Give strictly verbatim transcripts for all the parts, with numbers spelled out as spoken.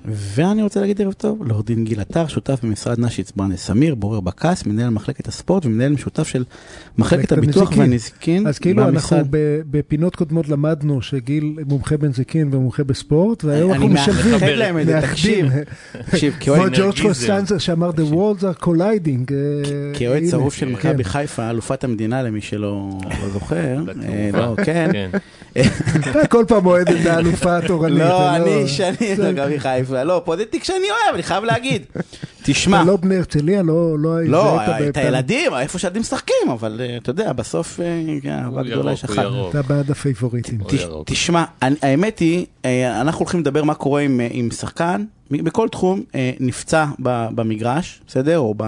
ואני רוצה להגיד ערב טוב, לעורך-דין גיל עטר, שותף במשרד נשיץ ברנס סמיר, בורר בקס, מנהל מחלקת הספורט ומנהל משותף של מחלקת הביטוח והנזיקין. אז כאילו אנחנו בפינות קודמות למדנו שגיל מומחה בנזיקין ומומחה בספורט, והיום אנחנו משלבים, מאחדים. כמו ג'ורג' קוסטנזה שאמר, The worlds are colliding. כיועץ צרוף של מכבי חיפה, אלופת המדינה למי שלא זוכר. לא, כן. כל פעם אוהד את האלופה התורנית. לא, אני שאני מכבי חיפה. לא, פה זה תיק שאני אוהב, אני חייב להגיד. תשמע. לא בני הרצליה, לא... לא, את הילדים, איפה שהילדים משחקים, אבל אתה יודע, בסוף אהבה גדולה יש אחד. אתה בעד הפייבוריטים. תשמע, האמת היא, אנחנו הולכים לדבר מה קורה עם שחקן, בכל תחום נפצע במגרש, בסדר? או ב...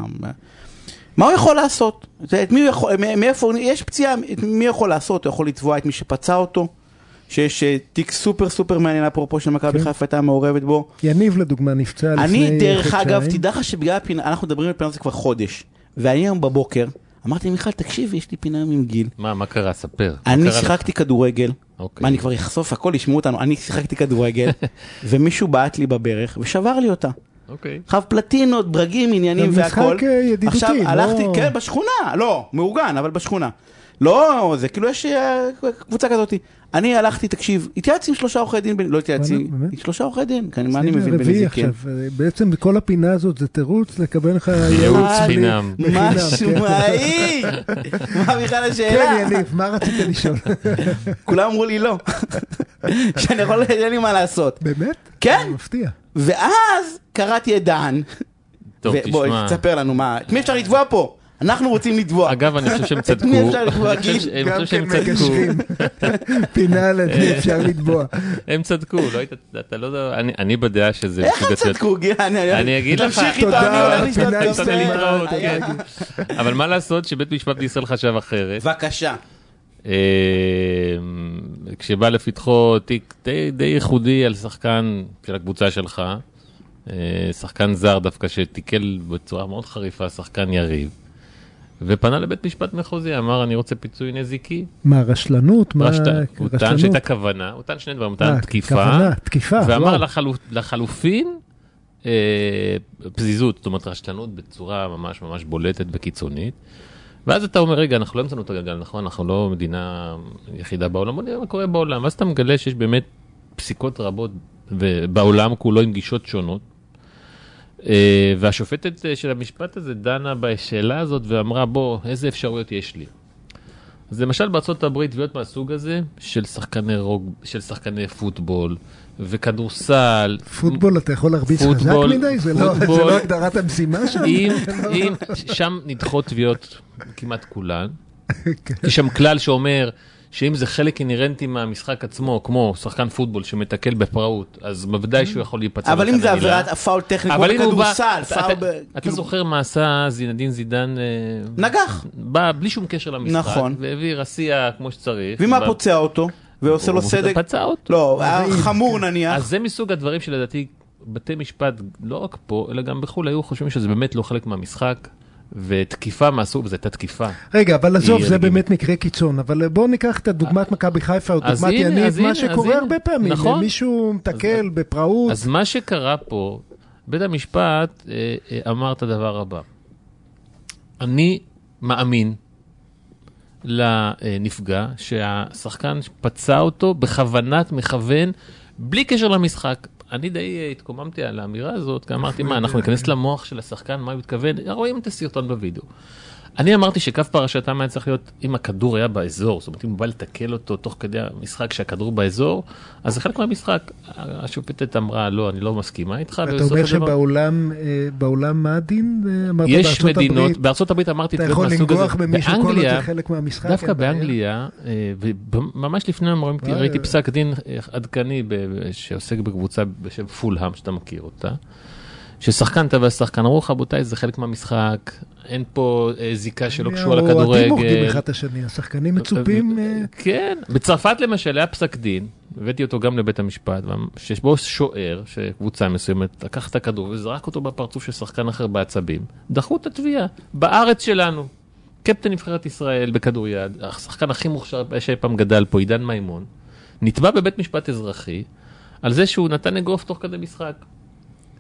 מה הוא יכול לעשות? מי יכול, מאיפה, יש פציעה, מי יכול לעשות? הוא יכול לתבוע את מי שפצע אותו, שיש תיק סופר סופר מעניין אפרופו של מכבי חיפה הייתה מעורבת בו. יניב לדוגמה נפצע לפני חודשיים. אני דרך אגב, תדע לך שבגלל הפינה, אנחנו מדברים על פינה הזה כבר חודש, ואני היום בבוקר, אמרתי מיכל, תקשיב, יש לי פינה עם גיל. מה, מה קרה? ספר. אני שיחקתי כדורגל, מה, אני כבר אחשוף, הכל ישמעו אותנו, אני שיחקתי כדורגל, ומישהו בעט לי בברך, ושבר לי אותה. חב פלטינות, ברגים, עניינים והכל. משחק ידידותי. עכשיו הלכתי, כן, בשכונה, לא, מאורגן, אבל בשכונה. לא, זה כאילו יש קבוצה כזאת. אני הלכתי, תקשיב, התייעצתי עם שלושה עורכי דין, לא התייעצתי, עם שלושה עורכי דין, מה אני מבין בנזיקין. בעצם בכל הפינה הזאת זה תירוץ לקבל לך ייעוץ חינם. משהו מהאי. מה בכלל השאלה? כן, יניב, מה רצית לשאול? כולם אמרו לי לא. שאני יכול, אין לי מה לעשות. באמת? כן. מפתיע. ואז קראתי את דן. טוב, תשמע. בואי, תספר לנו מה. את מי אפשר לתבוע פה? אנחנו רוצים לתבוע. אגב, אני חושב שהם צדקו. את מי אפשר לתבוע, גיל? אני חושב שהם צדקו. פינה על את מי אפשר לתבוע. הם צדקו, לא היית, אתה לא יודע, אני בדעה שזה... איך הם צדקו, גיל? אני אגיד לך. תמשיך איתו, אני הולך לשתות להתראות. אבל מה לעשות שבית משפט בישראל חשב אחרת? בבקשה. כשבא לפתחו תיק די ייחודי על שחקן של הקבוצה שלך, שחקן זר דווקא שתיקל בצורה מאוד חריפה, שחקן יריב, ופנה לבית משפט מחוזי, אמר אני רוצה פיצוי נזיקי. מה, רשלנות? הוא טען שהייתה כוונה, הוא טען שני דברים, הוא טען תקיפה, ואמר לחלופין פזיזות, זאת אומרת רשלנות בצורה ממש ממש בולטת וקיצונית. ואז אתה אומר, רגע, אנחנו לא המצאנו את הגלגל, נכון? אנחנו לא מדינה יחידה בעולם, בוא נראה מה קורה בעולם. ואז אתה מגלה שיש באמת פסיקות רבות בעולם כולו עם גישות שונות. והשופטת של המשפט הזה דנה בשאלה הזאת ואמרה, בוא, איזה אפשרויות יש לי? אז למשל בארצות הברית, תביעות מהסוג הזה של שחקני רוג, של שחקני פוטבול וכדורסל. פוטבול, אתה יכול להרביץ חזק מדי? זה לא הגדרת המשימה שם? אם שם נדחות תביעות כמעט כולן, יש שם כלל שאומר שאם זה חלק אינרנטי מהמשחק עצמו, כמו שחקן פוטבול שמתקל בפראות, אז בוודאי שהוא יכול להיפצע. אבל אם זה עבירת פאול טכני, כמו בכדורסל, אתה זוכר מה עשה זינדין זידן? נגח. בא בלי שום קשר למשחק, והביא רסייה כמו שצריך. ומה פוצע אותו? ועושה לו סדק? פצע אותו. לא, חמור נניח. אז זה מסוג הדברים שלדעתי בתי משפט, לא רק פה, אלא גם בחו"ל, היו חושבים שזה באמת לא חלק מהמשחק. ותקיפה מהסוג, וזו הייתה תקיפה. רגע, אבל עזוב, זה באמת מקרה קיצון, אבל בואו ניקח את הדוגמת מכבי חיפה, או דוגמת יניב, מה שקורה הרבה פעמים, מישהו מתקל בפראות. אז מה שקרה פה, בית המשפט אמר את הדבר הבא. אני מאמין לנפגע, שהשחקן פצע אותו בכוונת מכוון, בלי קשר למשחק. אני די התקוממתי על האמירה הזאת, כי אמרתי, מה, אנחנו ניכנס למוח של השחקן, מה הוא מתכוון? רואים את הסרטון בווידאו. אני אמרתי שקו פרשתם היה צריך להיות, אם הכדור היה באזור, זאת אומרת, אם הוא בא לתקל אותו תוך כדי המשחק שהכדור באזור, אז זה חלק מהמשחק. השופטת אמרה, לא, אני לא מסכימה איתך. אתה אומר שבעולם, בעולם מה הדין? יש מדינות, בארצות הברית אמרתי, אתה יכול לנגוח במישהו כל עוד זה חלק מהמשחק. דווקא באנגליה, וממש לפני ראיתי פסק דין עדכני שעוסק בקבוצה בשם פולהאם, שאתה מכיר אותה. ששחקן טבע שחקן רוח, רבותיי, זה חלק מהמשחק, אין פה זיקה שלא קשור לכדורגל. אוהדים מורדים אחד השני, השחקנים מצופים... כן, בצרפת למשל היה פסק דין, הבאתי אותו גם לבית המשפט, שיש בו שוער, שקבוצה מסוימת, לקח את הכדור וזרק אותו בפרצוף של שחקן אחר בעצבים, דחו את התביעה, בארץ שלנו, קפטן נבחרת ישראל בכדוריד, השחקן הכי מוכשר שאי פעם גדל פה, עידן מימון, נתבע בבית משפט אזרחי, על זה שהוא נתן אגרוף תוך כדי משחק.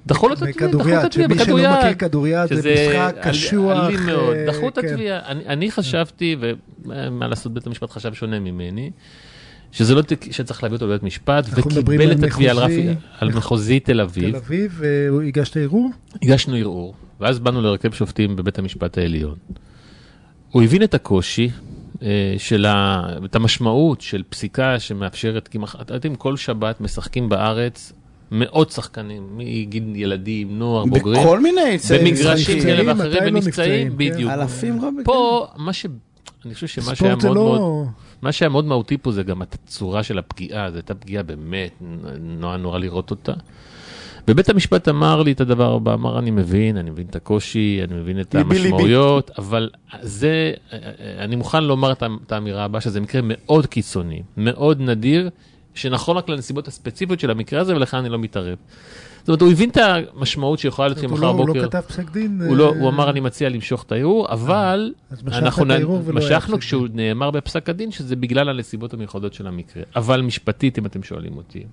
דחו לו את התביעה, דחו את התביעה, בכדוריד. שמי שלא מכיר כדוריד, זה משחק קשוח. דחו את התביעה. אני חשבתי, ומה לעשות, בית המשפט חשב שונה ממני, שזה לא שצריך להביא אותו לבית משפט, וקיבל את התביעה על מחוזי תל אביב. תל אביב, והגשת ערעור? הגשנו ערעור, ואז באנו לרכב שופטים בבית המשפט העליון. הוא הבין את הקושי, של ה... את המשמעות של פסיקה שמאפשרת, כי אתם יודעים, כל שבת משחקים בארץ מאות שחקנים, מגיל ילדים, נוער, בוגרים. בכל מיני במגרשים כאלה ואחרים, במקצעים, בדיוק. אלפים רבים. פה, מה ש... אני חושב שמה שהיה מאוד מאוד... מה שהיה מאוד מהותי פה זה גם הצורה של הפגיעה, זו הייתה פגיעה באמת, נורא נורא לראות אותה. בבית המשפט אמר לי את הדבר הבא, אמר אני מבין, אני מבין את הקושי, אני מבין את המשמעויות, אבל זה, אני מוכן לומר את האמירה הבאה, שזה מקרה מאוד קיצוני, מאוד נדיר, שנכון רק לנסיבות הספציפיות של המקרה הזה, ולכן אני לא מתערב. זאת אומרת, הוא הבין את המשמעות שיכולה להיות מחר בוקר. הוא לא כתב פסק דין. הוא אמר, אני מציע למשוך את הערעור, אבל אנחנו משכנו כשהוא נאמר בפסק הדין, שזה בגלל הנסיבות המיוחדות של המקרה. אבל משפטית, אם אתם שואלים אותי,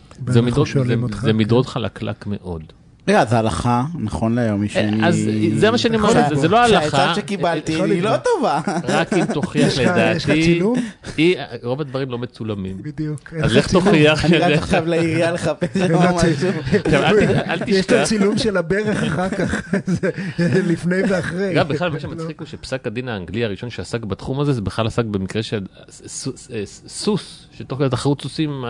זה מדרון חלקלק מאוד. רגע, זה הלכה, נכון להיום, שאני... אז זה מה שאני אומר, זה לא הלכה. שהעצה שקיבלתי היא לא טובה. רק אם תוכיח לדעתי... יש לך צילום? רוב הדברים לא מצולמים. בדיוק. אז לך תוכיח... אני רק עכשיו לעירייה לחפש שם משהו. אל תשכח. יש את הצילום של הברך אחר כך, לפני ואחרי. גם בכלל, מה שמצחיק הוא שפסק הדין האנגלי הראשון שעסק בתחום הזה, זה בכלל עסק במקרה של סוס, שתוך כדי תחרות סוסים,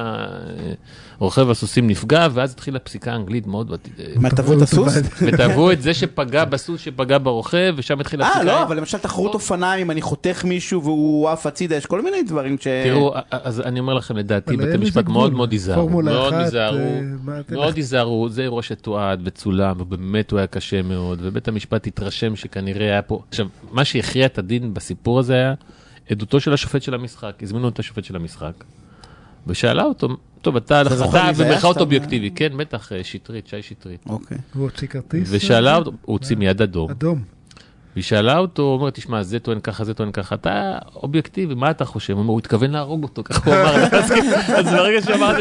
רוכב הסוסים נפגע, ואז התחילה פסיקה האנגלית מאוד... מה, תבעו את הסוס? ותבעו את זה שפגע בסוס, שפגע ברוכב, ושם התחילה פסיקה. אה, לא, אבל למשל תחרות אופניים, אני חוטך מישהו והוא עף הצידה, יש כל מיני דברים ש... תראו, אז אני אומר לכם, לדעתי, בית המשפט מאוד מאוד ייזהרו. מאוד ייזהרו, מאוד ייזהרו, זה אירוע שתועד וצולם, ובאמת הוא היה קשה מאוד, ובית המשפט התרשם שכנראה היה פה... עכשיו, מה שהכריע את הדין בסיפור הזה היה עדותו של השופט של המשחק, הזמינו את השופט של המשחק, ושאלה אותו, טוב, אתה במרכאות אובייקטיבי, כן, בטח, שטרית, שי שטרית. אוקיי. הוא הוציא כרטיס? ושאלה אותו, הוא הוציא מיד אדום. אדום. והיא שאלה אותו, הוא אומר, תשמע, זה טוען ככה, זה טוען ככה, אתה אובייקטיבי, מה אתה חושב? הוא אומר, הוא התכוון להרוג אותו, ככה הוא אמר. אז ברגע שאמרת,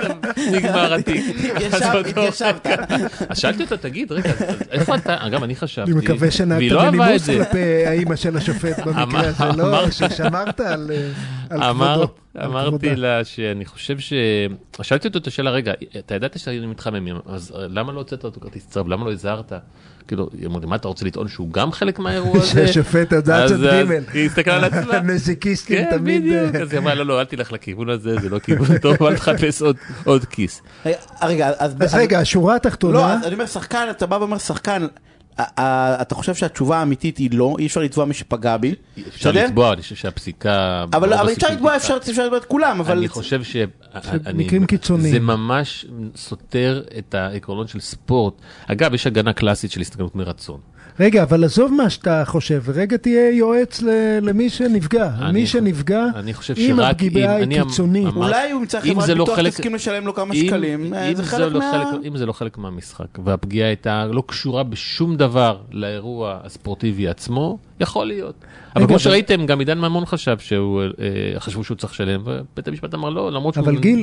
נגמר התיק. התיישבת. אז שאלתי אותו, תגיד, רגע, איפה אתה? אגב, אני חשבתי, אני מקווה שנעת בנימוס כלפי האמא של השופט במקרה הזה, לא? ששמרת על כבודו. אמרתי לה שאני חושב ש... שאלתי אותו את השאלה, רגע, אתה ידעת שאני מתחמם, אז למה לא הוצאת אותו כרטיס צהוב? למה לא הזהרת? כאילו, מה אתה רוצה לטעון שהוא גם חלק מהאירוע הזה? ששופט הדעת של גימל. היא הסתכלה על עצמה. הנזיקיסטים תמיד... כן, בדיוק. אז היא אמרה, לא, לא, אל תלך לכיוון הזה, זה לא כיוון טוב, אל תחפש עוד כיס. רגע, אז רגע, השורה התחתונה... לא, אני אומר, שחקן, אתה בא ואומר, שחקן, אתה חושב שהתשובה האמיתית היא לא, אי אפשר לתבוע מי שפגע בי. אפשר לתבוע, אני חושב שהפסיקה... אבל אפשר לתבוע, אפשר לתבוע את כולם, אבל... אני חושב ש... מקרים קיצוניים. זה ממש סותר את העקרונות של ספורט. אגב, יש הגנה קלאסית של הסתכלות מרצון. רגע, אבל עזוב מה שאתה חושב, רגע תהיה יועץ למי שנפגע. מי שנפגע, אם הפגיעה היא קיצונית. אולי הוא מצא חברת ביטוח תסכים לשלם לו כמה שקלים. אם זה לא חלק מהמשחק, והפגיעה הייתה לא קשורה בשום דבר לאירוע הספורטיבי עצמו, יכול להיות. אבל כמו שראיתם, גם עידן ממון חשב שהוא, חשבו שהוא צריך לשלם, ובית המשפט אמר לא, למרות שהוא... אבל גיל,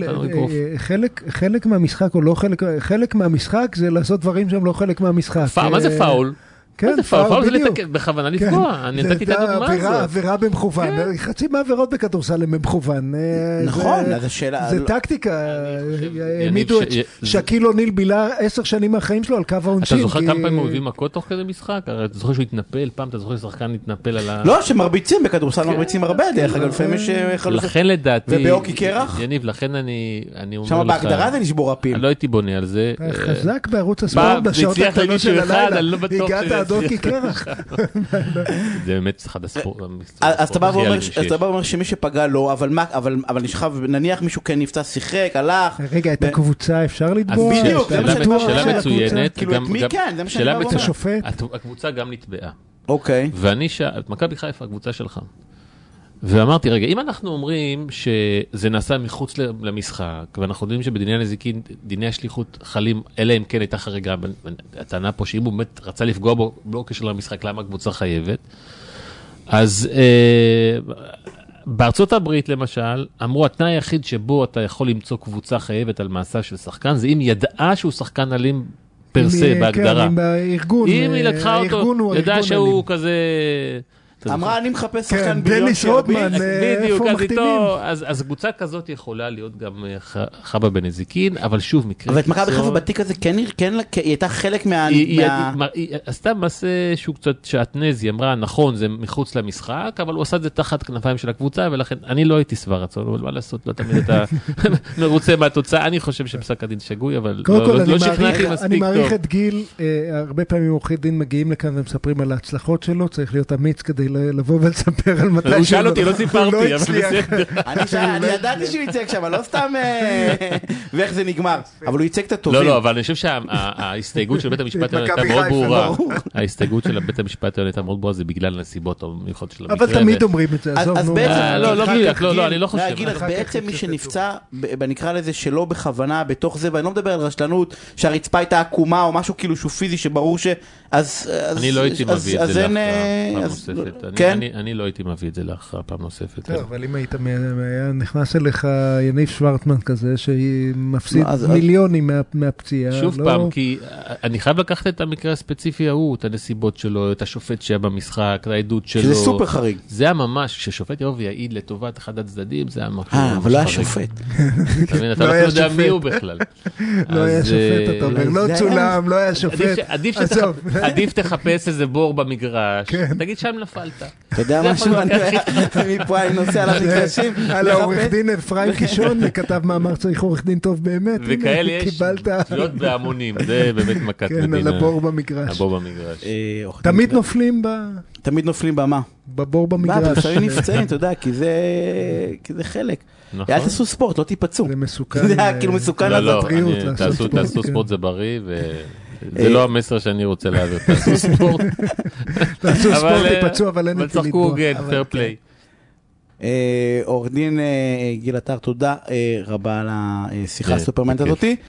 חלק מהמשחק או לא חלק, חלק מהמשחק זה לעשות דברים שהם לא חלק מהמשחק. מה זה פאול? כן, פאול זה בכוונה לפגוע, אני נתתי את הדוגמה הזאת. זה עבירה במכוון, חצי מהעבירות בכדורסל הם במכוון. נכון, אז השאלה... זה טקטיקה, העמידו את שקיל אוניל בילה עשר שנים מהחיים שלו על קו העונשין. אתה זוכר כמה פעמים הוא הביא מכות תוך כזה משחק? אתה זוכר שהוא התנפל פעם, אתה זוכר ששחקן התנפל על ה... לא, שמרביצים בכדורסל, מרביצים הרבה, דרך אגב, לפעמים יש... לכן לדעתי... ובאוקי קרח? יניב, לכן אני אומר לך... שם בהגדרה זה נשבור אפים. אני לא הייתי בונה על זה. חזק בערוץ הספורט בשעות הקטנות של הלילה. הגעת עד אוקי קרח. זה באמת אחד הספורט. אז אתה בא ואומר שמי שפגע לא, אבל נשכב, נניח מישהו כן נפצע, שיחק, הלך. רגע, את הקבוצה אפשר לתבוע? אז בדיוק, שאלה מצוינת. מי כן? זה מה שאני בא ואומר. הקבוצה גם נתבעה. אוקיי. ואני שאל, את מכבי חיפה, הקבוצה שלך. ואמרתי, רגע, אם אנחנו אומרים שזה נעשה מחוץ למשחק, ואנחנו יודעים שבדיני הנזיקין, דיני השליחות חלים, אלא אם כן הייתה חריגה, הטענה פה שאם הוא באמת רצה לפגוע בו, לא קשר למשחק, למה הקבוצה חייבת? אז אה, בארצות הברית, למשל, אמרו, התנאי היחיד שבו אתה יכול למצוא קבוצה חייבת על מעשה של שחקן, זה אם ידעה שהוא שחקן אלים פרסה, בהגדרה. כן, עם הארגון. אם היא לקחה אותו, ידע שהוא כזה... אמרה, אני מחפש שחקן ביליון דניס רודמן, בדיוק, אז איתו, אז קבוצה כזאת יכולה להיות גם חבא בנזיקין, אבל שוב, מקרה... אבל את מכבי חיפה בתיק הזה, כן, היא הייתה חלק מה... היא עשתה מעשה שהוא קצת שעטנז, היא אמרה, נכון, זה מחוץ למשחק, אבל הוא עשה את זה תחת כנפיים של הקבוצה, ולכן אני לא הייי שבע רצון, אבל מה לעשות, לא תמיד אתה מרוצה מהתוצאה, אני חושב שפסק הדין שגוי, אבל לא שכנעתי מספיק טוב. אני מעריך את גיל, הרבה פעמים עורכי דין מגיעים לכאן ומספרים על ההצלחות שלו, צריך להיות אמיץ כדי לבוא ולספר על מתי הוא שאל אותי, לא סיפרתי, אבל בסדר. אני ידעתי שהוא ייצג שם, לא סתם ואיך זה נגמר, אבל הוא ייצג את הטובים. לא, לא, אבל אני חושב שההסתייגות של בית המשפט הייתה מאוד ברורה. ההסתייגות של בית המשפט הייתה מאוד ברורה, זה בגלל הנסיבות המיוחדות של המקרה. אבל תמיד אומרים את זה, אז בעצם, לא, לא, לא, אני לא חושב. אז בעצם מי שנפצע, נקרא לזה שלא בכוונה, בתוך זה, ואני לא מדבר על רשלנות, שהרצפה הייתה עקומה או משהו כאילו שהוא פיזי שברור ש... אני לא הייתי מביא את זה להכרעה פעם נוספת. אני לא הייתי מביא את זה להכרעה פעם נוספת. אבל אם היית נכנס אליך יניב שוורטמן כזה, שמפסיד מיליונים מהפציעה. שוב פעם, כי אני חייב לקחת את המקרה הספציפי ההוא, את הנסיבות שלו, את השופט שהיה במשחק, את העדות שלו. שזה סופר חריג. זה היה ממש, כששופט יבוא ויעיד לטובת אחד הצדדים, זה היה ממש חריג. אה, אבל לא היה שופט. אתה לא יודע מי הוא בכלל. לא היה שופט, אתה אומר, לא צולם, לא היה שופט. עדיף תחפש איזה בור במגרש, תגיד שם נפלת. אתה יודע משהו, אני מפה אני נוסע על המגרשים. על העורך דין אפרים קישון, כתב מאמר צריך עורך דין טוב באמת. וכאלה יש תביעות בהמונים, זה באמת מכת מדינה. כן, על הבור במגרש. הבור במגרש. תמיד נופלים ב... תמיד נופלים במה? בבור במגרש. מה, לפעמים נפצעים, אתה יודע, כי זה חלק. אל תעשו ספורט, לא תיפצעו. זה מסוכן. זה כאילו מסוכן לבריאות. תעשו ספורט זה בריא ו... זה לא המסר שאני רוצה להעביר, תעשו ספורט. תעשו ספורט, תיפצעו, אבל אין אותי לתבוע. אבל צחקו פייר פליי. עורך דין גיל עטר, תודה רבה על השיחה הסופרמנט הזאתי.